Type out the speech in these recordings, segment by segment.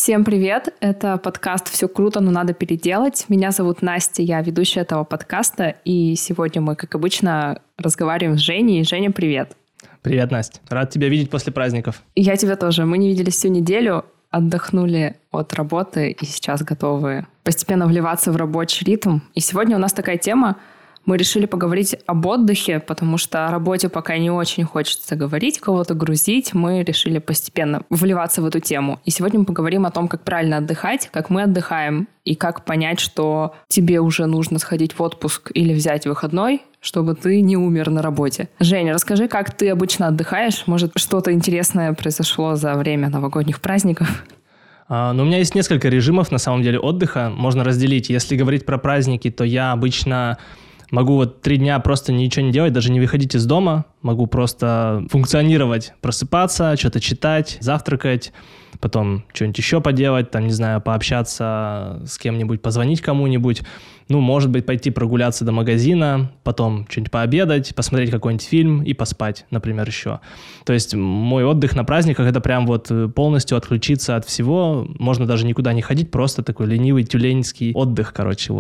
Всем привет! Это подкаст «Все круто, но надо переделать». Меня зовут Настя, я ведущая этого подкаста. И сегодня мы, как обычно, разговариваем с Женей. Женя, привет! Привет, Настя. Рад тебя видеть после праздников. Я тебя тоже. Мы не виделись всю неделю, отдохнули от работы и сейчас готовы постепенно вливаться в рабочий ритм. И сегодня у нас такая тема. Мы решили поговорить об отдыхе, потому что о работе пока не очень хочется говорить, кого-то грузить. Мы решили постепенно вливаться в эту тему. И сегодня мы поговорим о том, как правильно отдыхать, как мы отдыхаем, и как понять, что тебе уже нужно сходить в отпуск или взять выходной, чтобы ты не умер на работе. Женя, расскажи, как ты обычно отдыхаешь? Может, что-то интересное произошло за время новогодних праздников? У меня есть несколько режимов, на самом деле, отдыха. Можно разделить. Если говорить про праздники, то я обычно могу 3 дня просто ничего не делать, даже не выходить из дома. Могу просто функционировать, просыпаться, что-то читать, завтракать, потом что-нибудь еще поделать, пообщаться с кем-нибудь, позвонить кому-нибудь. Может быть, пойти прогуляться до магазина, потом что-нибудь пообедать, посмотреть какой-нибудь фильм и поспать, например, еще. То есть мой отдых на праздниках – это прям полностью отключиться от всего. Можно даже никуда не ходить, просто такой ленивый тюленский отдых,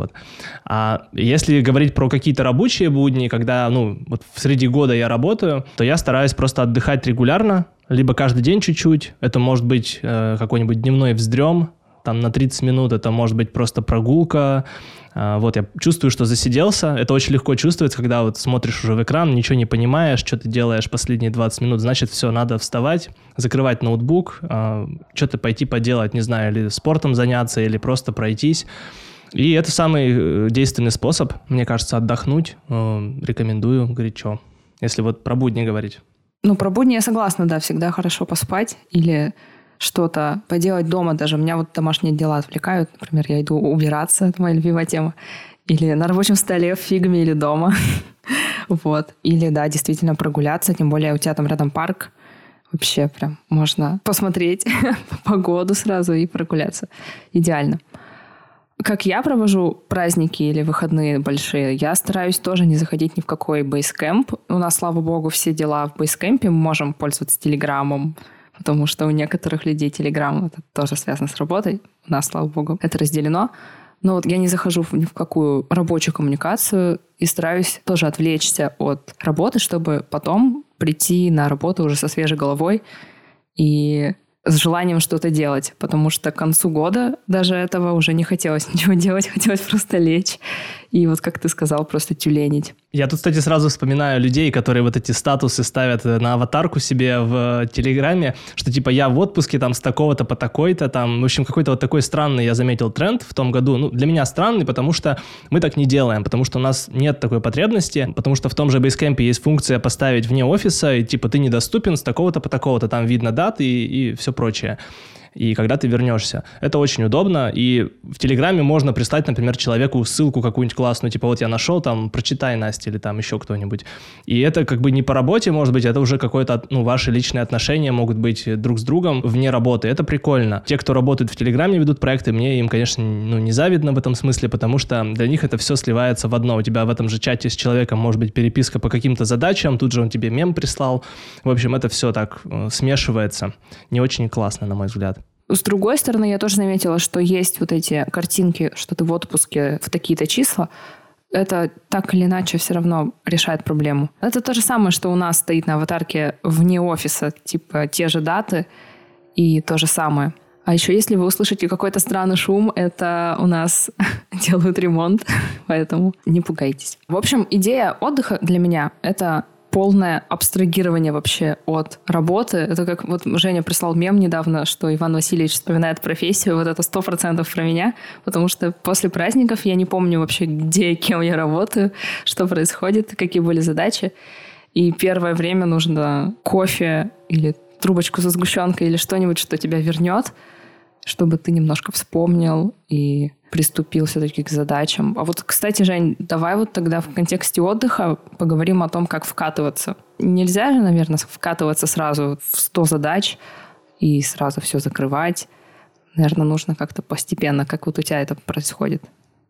А если говорить про какие-то рабочие будни, когда, среди года я работаю, то я стараюсь просто отдыхать регулярно, либо каждый день чуть-чуть. Это может быть какой-нибудь дневной вздрем, на 30 минут, это может быть просто прогулка. Я чувствую, что засиделся. Это очень легко чувствуется, когда смотришь уже в экран, ничего не понимаешь, что ты делаешь последние 20 минут. Значит, все, надо вставать, закрывать ноутбук, что-то пойти поделать, не знаю, или спортом заняться, или просто пройтись. И это самый действенный способ, мне кажется, отдохнуть. Рекомендую горячо, если про будни говорить. Про будни я согласна, да, всегда хорошо поспать или что-то поделать дома даже. Меня домашние дела отвлекают. Например, я иду убираться, это моя любимая тема. Или на рабочем столе в фигме или дома. Или, да, действительно прогуляться. Тем более у тебя там рядом парк. Вообще прям можно посмотреть погоду сразу и прогуляться. Идеально. Как я провожу праздники или выходные большие, я стараюсь тоже не заходить ни в какой бейскэмп. У нас, слава богу, все дела в бейскэмпе. Мы можем пользоваться Телеграмом, потому что у некоторых людей Telegram это тоже связано с работой. У нас, слава богу, это разделено. Но я не захожу ни в какую рабочую коммуникацию и стараюсь тоже отвлечься от работы, чтобы потом прийти на работу уже со свежей головой и с желанием что-то делать. Потому что к концу года даже этого уже не хотелось ничего делать, хотелось просто лечь и, как ты сказал, просто тюленить. Я тут, кстати, сразу вспоминаю людей, которые эти статусы ставят на аватарку себе в Телеграме, что я в отпуске с такого-то по такой-то, в общем, какой-то такой странный, я заметил, тренд в том году. Для меня странный, потому что мы так не делаем, потому что у нас нет такой потребности, потому что в том же Basecamp есть функция поставить вне офиса, и ты недоступен с такого-то по такого-то, там видно даты и все прочее. И когда ты вернешься. Это очень удобно. И в Телеграме можно прислать, например, человеку ссылку какую-нибудь классную, я нашел, прочитай, Настя, или еще кто-нибудь. И это не по работе, может быть, это уже какое-то, ваши личные отношения могут быть друг с другом вне работы. Это прикольно. Те, кто работает в Телеграме, ведут проекты, мне им, конечно, не завидно в этом смысле, потому что для них это все сливается в одно. У тебя в этом же чате с человеком может быть переписка по каким-то задачам, тут же он тебе мем прислал. В общем, это все так смешивается. Не очень классно, на мой взгляд. С другой стороны, я тоже заметила, что есть эти картинки, что ты в отпуске в такие-то числа. Это так или иначе все равно решает проблему. Это то же самое, что у нас стоит на аватарке вне офиса, те же даты и то же самое. А еще если вы услышите какой-то странный шум, это у нас делают ремонт, поэтому не пугайтесь. В общем, идея отдыха для меня — это полное абстрагирование вообще от работы. Это как Женя прислал мем недавно, что Иван Васильевич вспоминает профессию. Это 100% про меня, потому что после праздников я не помню вообще, где и кем я работаю, что происходит, какие были задачи. И первое время нужно кофе или трубочку со сгущенкой или что-нибудь, что тебя вернет, чтобы ты немножко вспомнил и приступил все-таки к задачам. А кстати, Жень, давай тогда в контексте отдыха поговорим о том, как вкатываться. Нельзя же, наверное, вкатываться сразу в 100 задач и сразу все закрывать. Наверное, нужно как-то постепенно. Как у тебя это происходит?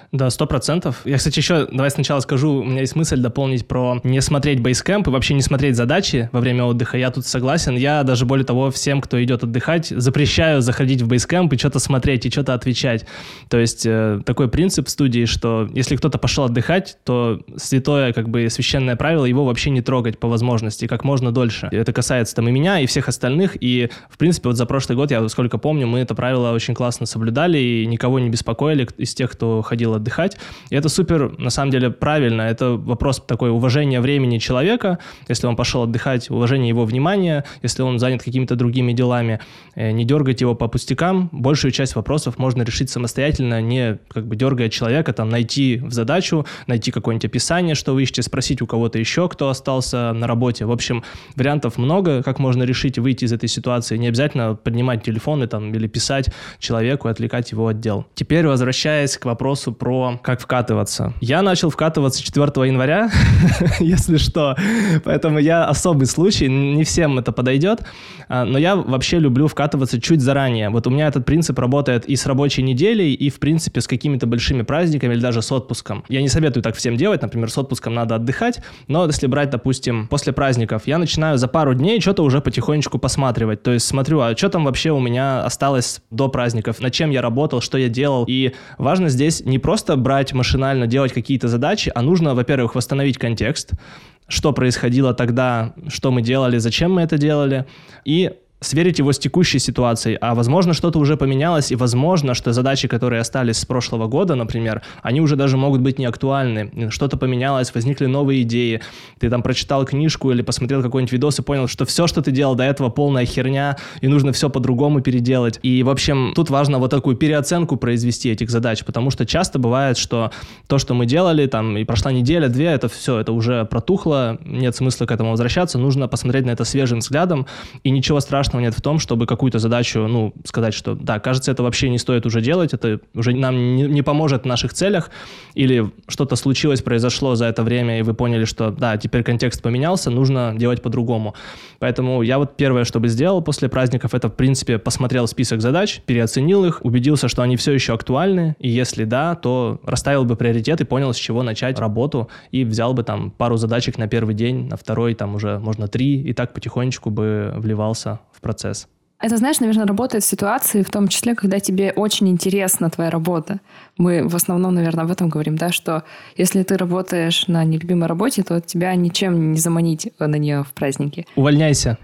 Да, 100%. Я, кстати, еще, давай сначала скажу, у меня есть мысль дополнить про не смотреть бейскэмп и вообще не смотреть задачи во время отдыха. Я тут согласен. Я даже, более того, всем, кто идет отдыхать, запрещаю заходить в бейскэмп и что-то смотреть, и что-то отвечать. То есть такой принцип в студии, что если кто-то пошел отдыхать, то святое, как бы священное правило, его вообще не трогать по возможности, как можно дольше. Это касается там и меня, и всех остальных. И, в принципе, вот за прошлый год, я сколько помню, мы это правило очень классно соблюдали и никого не беспокоили из тех, кто ходил отдыхать. И это супер, на самом деле, правильно. Это вопрос такой уважения времени человека. Если он пошел отдыхать, уважение его внимания. Если он занят какими-то другими делами, не дергать его по пустякам. Большую часть вопросов можно решить самостоятельно, не как бы дергая человека, там, найти в задачу, найти какое-нибудь описание, что вы ищете, спросить у кого-то еще, кто остался на работе. В общем, вариантов много, как можно решить и выйти из этой ситуации. Не обязательно поднимать телефоны там, или писать человеку и отвлекать его от дел. Теперь, возвращаясь к вопросу про как вкатываться. Я начал вкатываться 4 января, если что, поэтому я особый случай, не всем это подойдет, но я вообще люблю вкатываться чуть заранее. Вот у меня этот принцип работает и с рабочей неделей, и, в принципе, с какими-то большими праздниками или даже с отпуском. Я не советую так всем делать, например, с отпуском надо отдыхать, но если брать, допустим, после праздников, я начинаю за пару дней что-то уже потихонечку посматривать, то есть смотрю, а что там вообще у меня осталось до праздников, над чем я работал, что я делал, и важно здесь не просто брать машинально, делать какие-то задачи, а нужно, во-первых, восстановить контекст, что происходило тогда, что мы делали, зачем мы это делали, и сверить его с текущей ситуацией, а возможно что-то уже поменялось, и возможно, что задачи, которые остались с прошлого года, например, они уже даже могут быть не актуальны, что-то поменялось, возникли новые идеи, ты там прочитал книжку или посмотрел какой-нибудь видос и понял, что все, что ты делал до этого, полная херня, и нужно все по-другому переделать. И, в общем, тут важно вот такую переоценку произвести этих задач, потому что часто бывает, что то, что мы делали, там, и прошла неделя-две, это все, это уже протухло, нет смысла к этому возвращаться, нужно посмотреть на это свежим взглядом, и ничего страшного нет в том, чтобы какую-то задачу, сказать, что да, кажется, это вообще не стоит уже делать, это уже нам не поможет в наших целях, или что-то случилось, произошло за это время, и вы поняли, что да, теперь контекст поменялся, нужно делать по-другому. Поэтому я вот первое, что бы сделал после праздников, это, в принципе, посмотрел список задач, переоценил их, убедился, что они все еще актуальны, и если да, то расставил бы приоритет и понял, с чего начать работу, и взял бы там пару задачек на первый день, на второй там уже можно 3, и так потихонечку бы вливался в процесс. Это, знаешь, наверное, работает в ситуации, в том числе, когда тебе очень интересна твоя работа. Мы в основном, наверное, об этом говорим, да, что если ты работаешь на нелюбимой работе, то тебя ничем не заманить на нее в праздники. Увольняйся.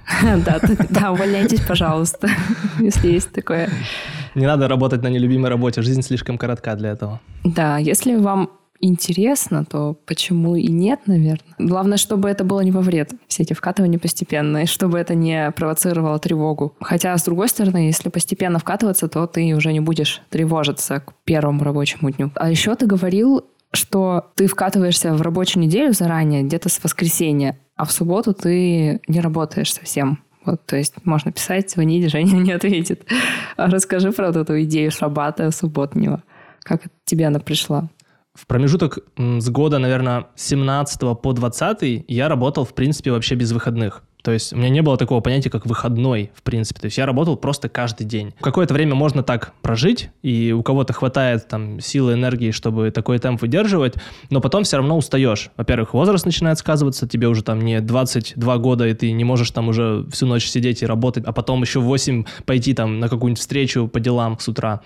Да, увольняйтесь, пожалуйста, если есть такое. Не надо работать на нелюбимой работе, жизнь слишком коротка для этого. Да, если вам интересно, то почему и нет, наверное. Главное, чтобы это было не во вред, все эти вкатывания постепенные, чтобы это не провоцировало тревогу. Хотя, с другой стороны, если постепенно вкатываться, то ты уже не будешь тревожиться к первому рабочему дню. А еще ты говорил, что ты вкатываешься в рабочую неделю заранее, где-то с воскресенья, а в субботу ты не работаешь совсем. Вот, то есть можно писать, звонить, Женя не ответит. Расскажи про вот эту идею шаббата субботнего. Как тебе она пришла? В промежуток с года, наверное, с 17 по 20 я работал, в принципе, вообще без выходных. То есть у меня не было такого понятия, как выходной, в принципе. То есть я работал просто каждый день. Какое-то время можно так прожить, и у кого-то хватает там силы, энергии, чтобы такой темп выдерживать, но потом все равно устаешь. Во-первых, возраст начинает сказываться, тебе уже там не 22 года, и ты не можешь там уже всю ночь сидеть и работать, а потом еще в 8 пойти там на какую-нибудь встречу по делам с утра.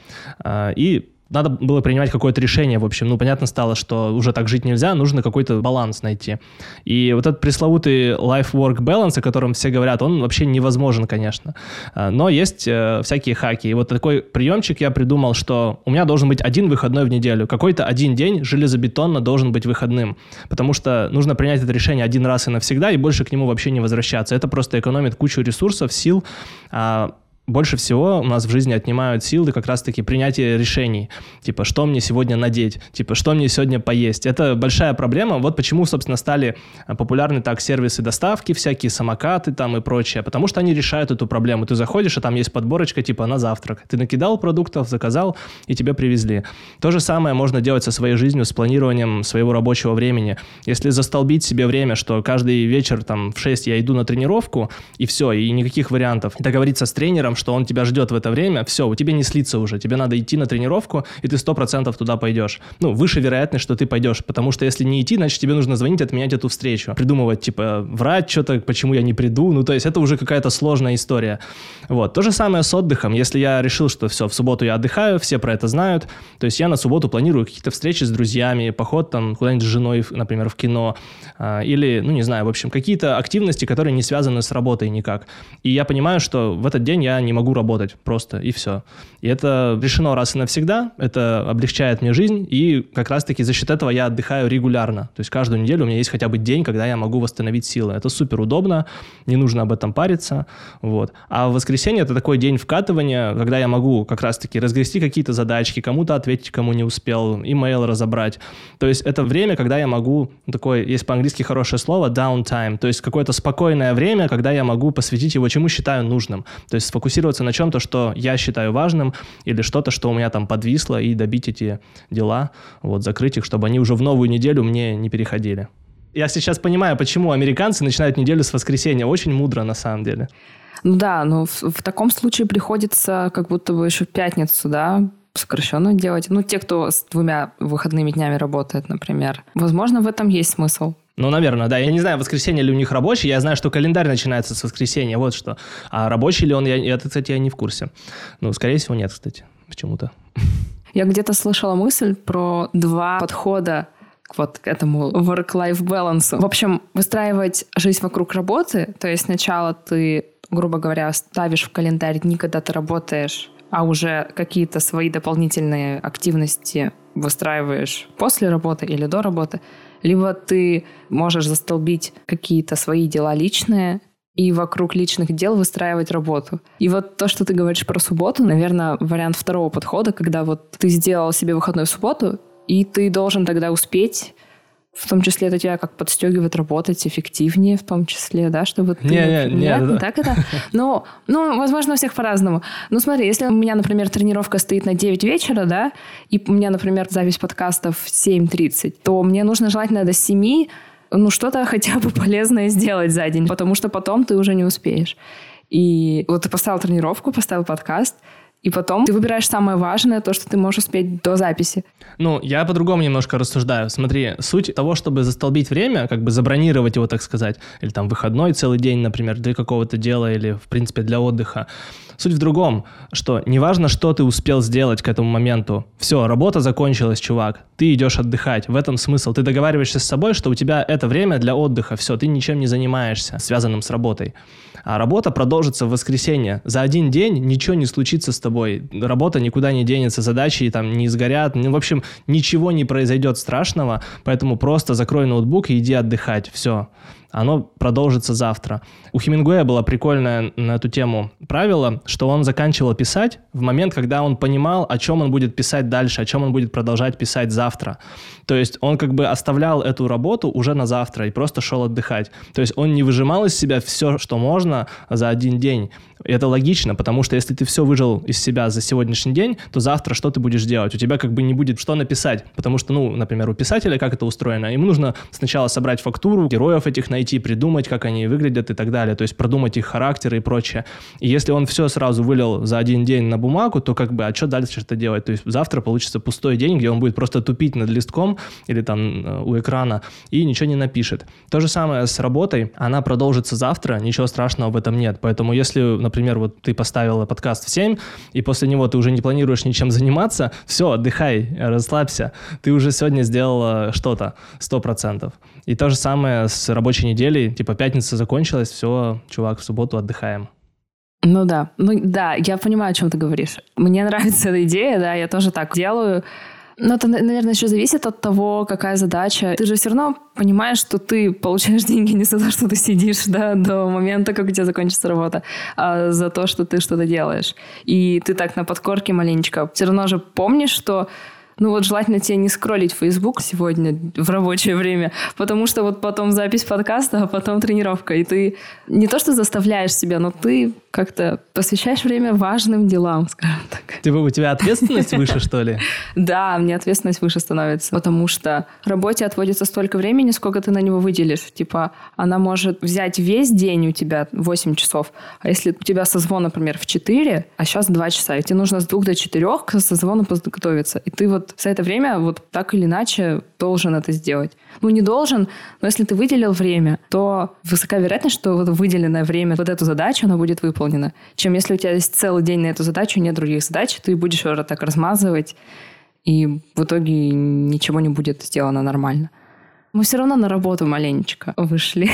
И надо было принимать какое-то решение, в общем. Понятно стало, что уже так жить нельзя, нужно какой-то баланс найти. И вот этот пресловутый life-work balance, о котором все говорят, он вообще невозможен, конечно. Но есть всякие хаки. И вот такой приемчик я придумал, что у меня должен быть один выходной в неделю. Какой-то один день железобетонно должен быть выходным. Потому что нужно принять это решение один раз и навсегда, и больше к нему вообще не возвращаться. Это просто экономит кучу ресурсов, сил. Больше всего у нас в жизни отнимают силы как раз-таки принятие решений. Типа, что мне сегодня надеть? Типа, что мне сегодня поесть? Это большая проблема. Вот почему, собственно, стали популярны так сервисы доставки, всякие самокаты там и прочее. Потому что они решают эту проблему. Ты заходишь, а там есть подборочка типа на завтрак. Ты накидал продуктов, заказал, и тебе привезли. То же самое можно делать со своей жизнью, с планированием своего рабочего времени. Если застолбить себе время, что каждый вечер там в 6 я иду на тренировку, и все, и никаких вариантов. Договориться с тренером, что он тебя ждет в это время, все, у тебя не слиться уже, тебе надо идти на тренировку, и ты 100% туда пойдешь. Ну, выше вероятность, что ты пойдешь, потому что если не идти, значит, тебе нужно звонить, отменять эту встречу, придумывать, типа, врать что-то, почему я не приду, ну, то есть это уже какая-то сложная история. Вот, то же самое с отдыхом, если я решил, что все, в субботу я отдыхаю, все про это знают, то есть я на субботу планирую какие-то встречи с друзьями, поход там куда-нибудь с женой, например, в кино, или, ну, не знаю, в общем, какие-то активности, которые не связаны с работой никак. И я понимаю, что в этот день я не могу работать просто, и все. И это решено раз и навсегда, это облегчает мне жизнь, и как раз-таки за счет этого я отдыхаю регулярно. То есть каждую неделю у меня есть хотя бы день, когда я могу восстановить силы. Это супер удобно, не нужно об этом париться. Вот. А в воскресенье это такой день вкатывания, когда я могу как раз-таки разгрести какие-то задачки, кому-то ответить, кому не успел, имейл разобрать. То есть это время, когда я могу, такое, есть по-английски хорошее слово, downtime, то есть какое-то спокойное время, когда я могу посвятить его чему считаю нужным. То есть сфокусироваться на чем-то, что я считаю важным, или что-то, что у меня там подвисло, и добить эти дела, вот, закрыть их, чтобы они уже в новую неделю мне не переходили. Я сейчас понимаю, почему американцы начинают неделю с воскресенья. Очень мудро, на самом деле. Ну да, но в таком случае приходится как будто бы еще в пятницу, да, сокращенную делать. Ну, те, кто с 2 выходными днями работает, например. Возможно, в этом есть смысл. Ну, наверное, да. Я не знаю, воскресенье ли у них рабочий. Я знаю, что календарь начинается с воскресенья, вот что. А рабочий ли он, это, кстати, я не в курсе. Ну, скорее всего, нет, кстати, почему-то. Я где-то слышала мысль про 2 подхода вот к этому work-life balance. В общем, выстраивать жизнь вокруг работы, то есть сначала ты, грубо говоря, ставишь в календарь дни, когда ты работаешь, а уже какие-то свои дополнительные активности выстраиваешь после работы или до работы, либо ты можешь застолбить какие-то свои дела личные и вокруг личных дел выстраивать работу. И вот то, что ты говоришь про субботу, наверное, вариант второго подхода, когда вот ты сделал себе выходной в субботу, и ты должен тогда успеть, в том числе это тебя как подстегивает работать эффективнее, в том числе, да, чтобы ты... Не так это? Ну, возможно, у всех по-разному. Ну, смотри, если у меня, например, тренировка стоит на 9 вечера, да, и у меня, например, запись подкастов в 7:30, то мне нужно желательно до 7, что-то хотя бы полезное сделать за день, потому что потом ты уже не успеешь. И вот ты поставил тренировку, поставил подкаст, и потом ты выбираешь самое важное, то, что ты можешь успеть до записи. Ну, я по-другому немножко рассуждаю. Смотри, суть того, чтобы застолбить время, как бы забронировать его, так сказать, или там выходной целый день, например, для какого-то дела или, в принципе, для отдыха. Суть в другом, что неважно, что ты успел сделать к этому моменту. Все, работа закончилась, чувак. Ты идешь отдыхать. В этом смысл. Ты договариваешься с собой, что у тебя это время для отдыха. Все, ты ничем не занимаешься, связанным с работой. А работа продолжится в воскресенье. За один день ничего не случится с тобой. Работа никуда не денется, задачи там не сгорят. В общем, ничего не произойдет страшного. Поэтому просто закрой ноутбук и иди отдыхать. Все. Оно продолжится завтра. У Хемингуэя было прикольное на эту тему правило, что он заканчивал писать в момент, когда он понимал, о чем он будет писать дальше, о чем он будет продолжать писать завтра. То есть он как бы оставлял эту работу уже на завтра и просто шел отдыхать. То есть он не выжимал из себя все, что можно за один день. И это логично, потому что если ты все выжил из себя за сегодняшний день, то завтра что ты будешь делать? У тебя как бы не будет что написать, потому что, например, у писателя как это устроено? Ему нужно сначала собрать фактуру, героев этих найти, придумать, как они выглядят и так далее, то есть продумать их характеры и прочее. И если он все сразу вылил за один день на бумагу, то как бы, а что дальше это делать? То есть завтра получится пустой день, где он будет просто тупить над листком или там у экрана и ничего не напишет. То же самое с работой, она продолжится завтра, ничего страшного в этом нет. Поэтому если, например, вот ты поставила подкаст в 7, и после него ты уже не планируешь ничем заниматься, все, отдыхай, расслабься. Ты уже сегодня сделала что-то, 100%. И то же самое с рабочей неделей. Типа пятница закончилась, все, чувак, в субботу отдыхаем. Ну да, я понимаю, о чем ты говоришь. Мне нравится эта идея, да, я тоже так делаю. Но это, наверное, еще зависит от того, какая задача. Ты же все равно понимаешь, что ты получаешь деньги не за то, что ты сидишь, да, до момента, как у тебя закончится работа, а за то, что ты что-то делаешь. И ты так на подкорке маленечко все равно же помнишь, что Ну вот желательно тебе не скроллить Facebook сегодня в рабочее время, потому что вот потом запись подкаста, а потом тренировка. И ты не то что заставляешь себя, но ты как-то посвящаешь время важным делам, скажем так. У тебя ответственность выше, что ли? Да, мне ответственность выше становится, потому что работе отводится столько времени, сколько ты на него выделишь. Типа она может взять весь день у тебя 8 часов, а если у тебя созвон, например, в 4, а сейчас 2 часа, и тебе нужно с 2 до 4 к созвону подготовиться. И ты вот за это время вот так или иначе должен это сделать. Ну, не должен, но если ты выделил время, то высока вероятность, что вот выделенное время, вот эту задачу, она будет выполнена. Чем если у тебя есть целый день на эту задачу, нет других задач, ты будешь ее так размазывать, и в итоге ничего не будет сделано нормально. Мы все равно на работу маленечко вышли.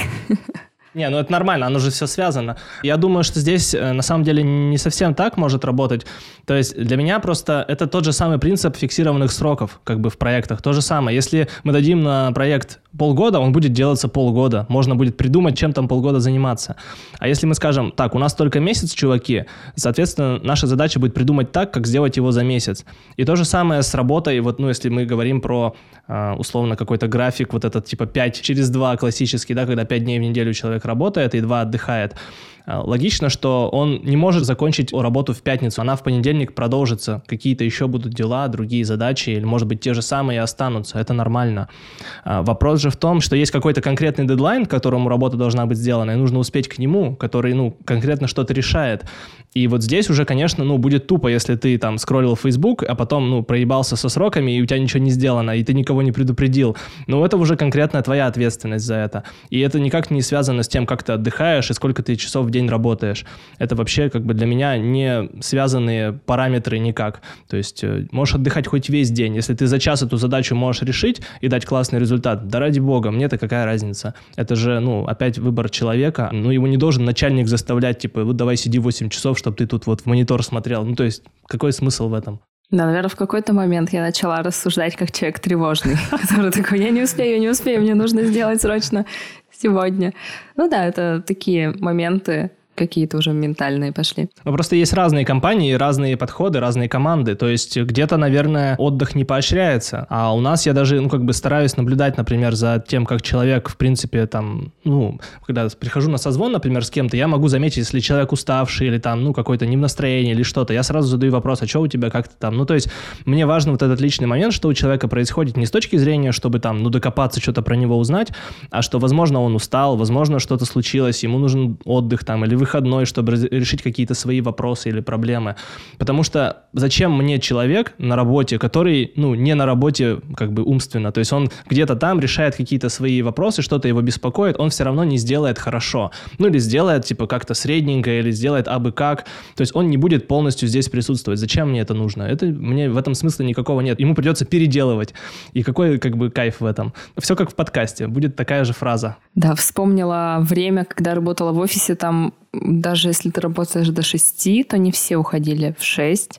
Не, ну это нормально, оно же все связано. Я думаю, что здесь на самом деле не совсем так может работать. То есть для меня просто это тот же самый принцип фиксированных сроков, как бы в проектах. То же самое. Если мы дадим на проект полгода, он будет делаться полгода. Можно будет придумать, чем там полгода заниматься. А если мы скажем, так, у нас только месяц, чуваки, соответственно, наша задача будет придумать так, как сделать его за месяц. И то же самое с работой. Вот, ну, если мы говорим про условно какой-то график, вот этот типа 5 через 2 классический, да, когда 5 дней в неделю человек работает и 2 отдыхает. Логично, что он не может закончить работу в пятницу, она в понедельник продолжится, какие-то еще будут дела, другие задачи, или, может быть, те же самые останутся, это нормально. Вопрос же в том, что есть какой-то конкретный дедлайн, к которому работа должна быть сделана, и нужно успеть к нему, который, ну, конкретно что-то решает. И вот здесь уже, конечно, ну, будет тупо, если ты там скроллил Facebook, а потом, ну, проебался со сроками, и у тебя ничего не сделано, и ты никого не предупредил. Но это уже конкретно твоя ответственность за это. И это никак не связано с тем, как ты отдыхаешь и сколько ты часов в день работаешь. Это вообще как бы для меня не связанные параметры никак. То есть можешь отдыхать хоть весь день. Если ты за час эту задачу можешь решить и дать классный результат, да ради бога, мне-то какая разница? Это же, ну, опять выбор человека. Ну, его не должен начальник заставлять, типа, вот давай сиди 8 часов, чтобы ты тут вот в монитор смотрел. Ну, то есть какой смысл в этом? Да, наверное, в какой-то момент я начала рассуждать как человек тревожный, который такой, я не успею, мне нужно сделать срочно сегодня. Ну да, это такие моменты, какие-то уже ментальные пошли. Ну, просто есть разные компании, разные подходы, разные команды. То есть где-то, наверное, отдых не поощряется. А у нас я даже, ну, как бы стараюсь наблюдать, например, за тем, как человек, в принципе, там, ну, когда прихожу на созвон, например, с кем-то, я могу заметить, если человек уставший или там, ну, какой-то не в настроении или что-то, я сразу задаю вопрос, а что у тебя, как ты там? Ну, то есть мне важен вот этот личный момент, что у человека происходит не с точки зрения, чтобы там, ну, докопаться, что-то про него узнать, а что, возможно, он устал, возможно, что-то случилось, ему нужен отдых там или выходной, чтобы решить какие-то свои вопросы или проблемы. Потому что зачем мне человек на работе, который, ну, не на работе как бы умственно, то есть он где-то там решает какие-то свои вопросы, что-то его беспокоит, он все равно не сделает хорошо. Ну, или сделает, типа, как-то средненько, или сделает абы как. То есть он не будет полностью здесь присутствовать. Зачем мне это нужно? Это мне в этом смысла никакого нет. Ему придется переделывать. И какой, как бы, кайф в этом? Все как в подкасте. Будет такая же фраза. Да, вспомнила время, когда работала в офисе, там даже если ты работаешь до 6, то не все уходили в 6,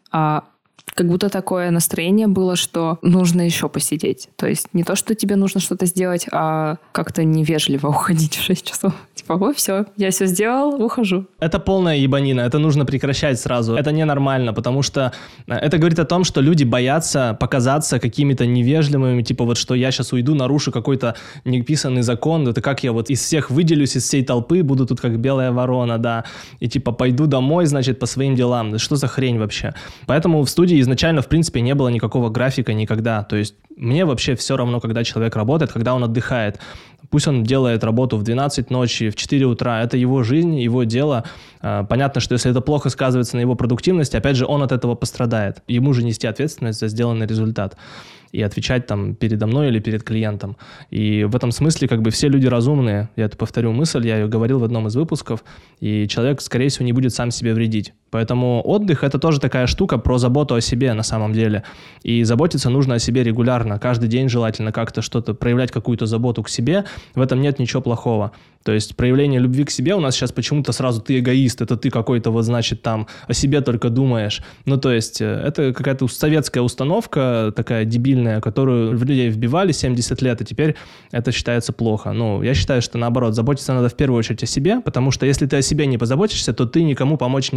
а как будто такое настроение было, что нужно еще посидеть. То есть не то, что тебе нужно что-то сделать, а как-то невежливо уходить в 6 часов. Типа, ой, все, я все сделал, ухожу. Это полная ебанина, это нужно прекращать сразу. Это ненормально, потому что это говорит о том, что люди боятся показаться какими-то невежливыми, типа вот, что я сейчас уйду, нарушу какой-то неписанный закон, это как я вот из всех выделюсь, из всей толпы, буду тут как белая ворона, да, и типа пойду домой, значит, по своим делам. Что за хрень вообще? Поэтому в студии изначально, в принципе, не было никакого графика никогда. То есть мне вообще все равно, когда человек работает, когда он отдыхает. Пусть он делает работу в 12 ночи, в 4 утра. Это его жизнь, его дело. Понятно, что если это плохо сказывается на его продуктивности, опять же, он от этого пострадает. Ему же нести ответственность за сделанный результат. И отвечать там передо мной или перед клиентом. И в этом смысле как бы все люди разумные. Я это повторю мысль, я ее говорил в одном из выпусков. И человек, скорее всего, не будет сам себе вредить. Поэтому отдых – это тоже такая штука про заботу о себе на самом деле. И заботиться нужно о себе регулярно. Каждый день желательно как-то что-то, проявлять какую-то заботу к себе. В этом нет ничего плохого. То есть проявление любви к себе у нас сейчас почему-то сразу ты эгоист, это ты какой-то вот, значит, там о себе только думаешь. Ну, то есть это какая-то советская установка такая дебильная, которую в людей вбивали 70 лет, и теперь это считается плохо. Ну, я считаю, что наоборот, заботиться надо в первую очередь о себе, потому что если ты о себе не позаботишься, то ты никому помочь не сможешь.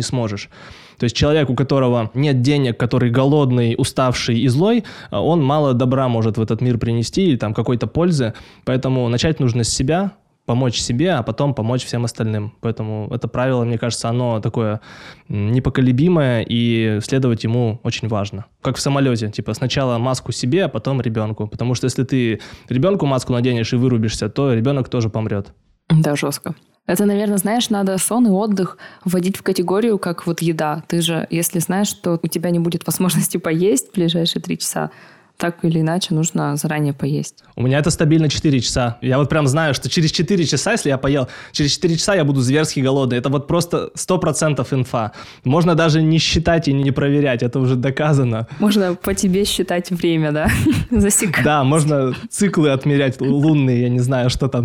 живешь. То есть человек, у которого нет денег, который голодный, уставший и злой, он мало добра может в этот мир принести или там какой-то пользы. Поэтому начать нужно с себя, помочь себе, а потом помочь всем остальным. Поэтому это правило, мне кажется, оно такое непоколебимое, и следовать ему очень важно. Как в самолете, типа сначала маску себе, а потом ребенку. Потому что если ты ребенку маску наденешь и вырубишься, то ребенок тоже помрет. Да, жестко. Это, наверное, знаешь, надо сон и отдых вводить в категорию, как вот еда. Ты же, если знаешь, что у тебя не будет возможности поесть в ближайшие 3 часа, так или иначе нужно заранее поесть. У меня это стабильно 4 часа. Я вот прям знаю, что через 4 часа, если я поел, через 4 часа я буду зверски голодный. Это вот просто 100% инфа. Можно даже не считать и не проверять, это уже доказано. Можно по тебе считать время, да? Засекать. Да, можно циклы отмерять лунные, я не знаю, что там.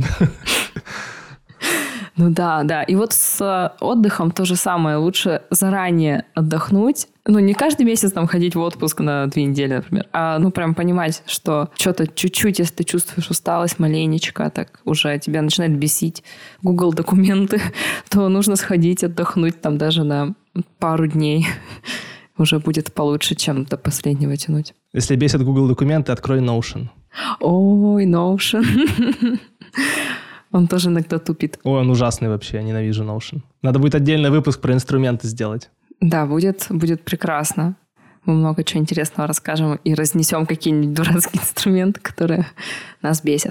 Ну да. И вот с отдыхом то же самое. Лучше заранее отдохнуть. Ну, не каждый месяц там ходить в отпуск на 2 недели, например, а прям понимать, что что-то чуть-чуть, если ты чувствуешь усталость маленечко, так уже тебя начинает бесить Google документы, то нужно сходить отдохнуть там даже на пару дней. Уже будет получше, чем до последнего тянуть. Если бесит Google документы, открой Notion. Ой, Notion. Он тоже иногда тупит. Ой, он ужасный вообще, я ненавижу Notion. Надо будет отдельный выпуск про инструменты сделать. Да, будет прекрасно. Мы много чего интересного расскажем и разнесем какие-нибудь дурацкие инструменты, которые нас бесят.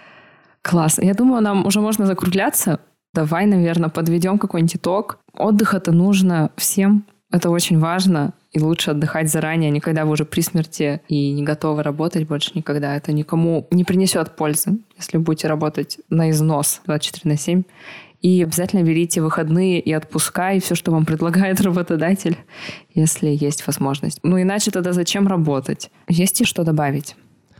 Класс. Я думаю, нам уже можно закругляться. Давай, наверное, подведем какой-нибудь итог. Отдых это нужно всем. Это очень важно. И лучше отдыхать заранее, не когда вы уже при смерти и не готовы работать больше никогда. Это никому не принесет пользы, если будете работать на износ 24/7. И обязательно берите выходные и отпуска, и все, что вам предлагает работодатель, если есть возможность. Ну, иначе тогда зачем работать? Есть и что добавить?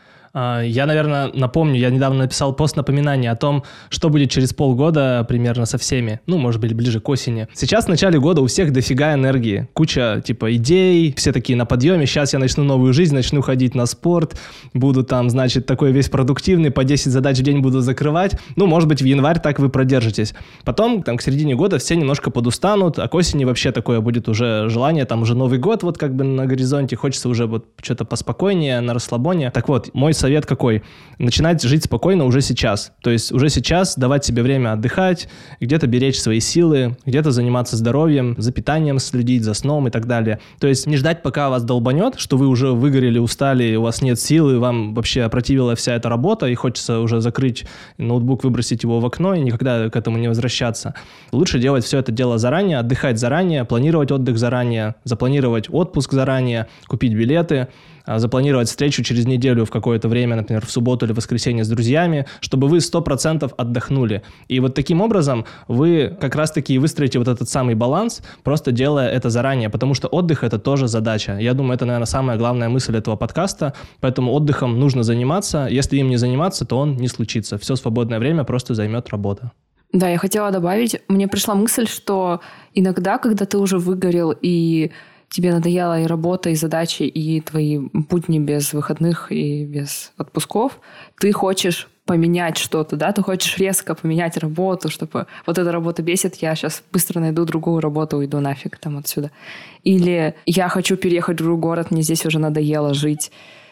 Я, наверное, напомню, я недавно написал пост напоминания о том, что будет через полгода примерно со всеми. Ну, может быть, ближе к осени. Сейчас в начале года у всех дофига энергии. Куча, идей, все такие на подъеме. Сейчас я начну новую жизнь, начну ходить на спорт. Буду там, значит, такой весь продуктивный, по 10 задач в день буду закрывать. Ну, может быть, в январь так вы продержитесь. Потом, там, к середине года все немножко подустанут, а к осени вообще такое будет уже желание, там уже Новый год вот как бы на горизонте, хочется уже вот что-то поспокойнее, на расслабоне. Так вот, мой совет какой? Начинать жить спокойно уже сейчас. То есть уже сейчас давать себе время отдыхать, где-то беречь свои силы, где-то заниматься здоровьем, за питанием следить, за сном и так далее. То есть не ждать, пока вас долбанет, что вы уже выгорели, устали, у вас нет силы, вам вообще опротивила вся эта работа, и хочется уже закрыть ноутбук, выбросить его в окно и никогда к этому не возвращаться. Лучше делать все это дело заранее, отдыхать заранее, планировать отдых заранее, запланировать отпуск заранее, купить билеты, запланировать встречу через неделю в какое-то время, например, в субботу или воскресенье с друзьями, чтобы вы 100% отдохнули. И вот таким образом вы как раз-таки выстроите вот этот самый баланс, просто делая это заранее, потому что отдых – это тоже задача. Я думаю, это, наверное, самая главная мысль этого подкаста, поэтому отдыхом нужно заниматься. Если им не заниматься, то он не случится. Все свободное время просто займет работа. Да, я хотела добавить, мне пришла мысль, что иногда, когда ты уже выгорел и тебе надоела и работа, и задачи, и твои будни без выходных и без отпусков, ты хочешь поменять что-то, да, ты хочешь резко поменять работу, чтобы вот эта работа бесит, я сейчас быстро найду другую работу, уйду нафиг там отсюда. Или я хочу переехать в другой город, мне здесь уже надоело жить.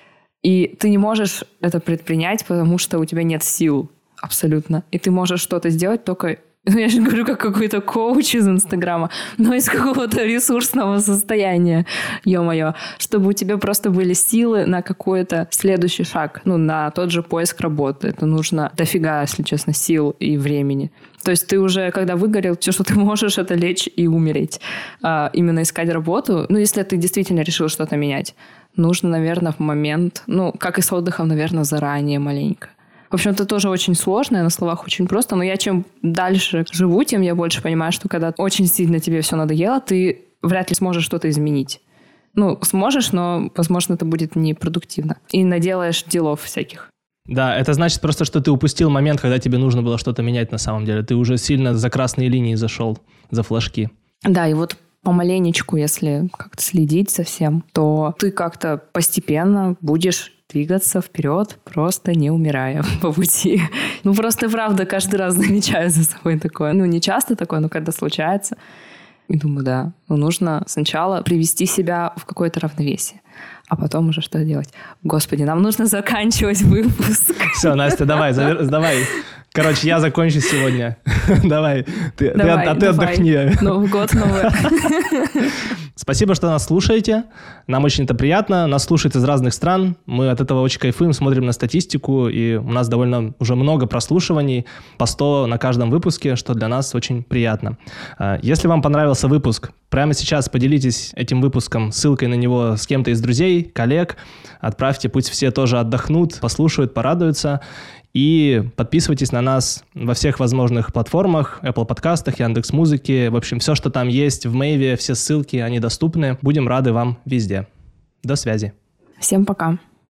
И ты не можешь это предпринять, потому что у тебя нет сил абсолютно. И ты можешь что-то сделать только... Я же говорю, как какой-то коуч из Инстаграма, но из какого-то ресурсного состояния, ё-моё, чтобы у тебя просто были силы на какой-то следующий шаг, на тот же поиск работы. Это нужно дофига, если честно, сил и времени. То есть ты уже, когда выгорел, все, что ты можешь, это лечь и умереть. Именно искать работу, если ты действительно решил что-то менять, нужно, наверное, в момент, как и с отдыхом, наверное, заранее маленько. В общем, это тоже очень сложно, на словах очень просто, но я чем дальше живу, тем я больше понимаю, что когда очень сильно тебе все надоело, ты вряд ли сможешь что-то изменить. Сможешь, но, возможно, это будет непродуктивно. И наделаешь делов всяких. Да, это значит просто, что ты упустил момент, когда тебе нужно было что-то менять на самом деле. Ты уже сильно за красные линии зашел, за флажки. Да, и вот помаленечку, если как-то следить за всем, то ты как-то постепенно будешь двигаться вперед, просто не умирая по пути. Просто правда каждый раз замечаю за собой такое. Не часто такое, но когда случается. И думаю, да, нужно сначала привести себя в какое-то равновесие, а потом уже что делать. Господи, нам нужно заканчивать выпуск. Все, Настя, давай. Короче, я закончу сегодня. Давай, ты отдохни. Новый год, новый. Спасибо, что нас слушаете. Нам очень это приятно. Нас слушают из разных стран. Мы от этого очень кайфуем, смотрим на статистику, и у нас довольно уже много прослушиваний, по 100 на каждом выпуске, что для нас очень приятно. Если вам понравился выпуск, прямо сейчас поделитесь этим выпуском, ссылкой на него с кем-то из друзей, коллег. Отправьте, пусть все тоже отдохнут, послушают, порадуются. И подписывайтесь на нас во всех возможных платформах, Apple подкастах, Яндекс.Музыке. В общем, все, что там есть в Мэйве, все ссылки, они доступны. Будем рады вам везде. До связи. Всем пока.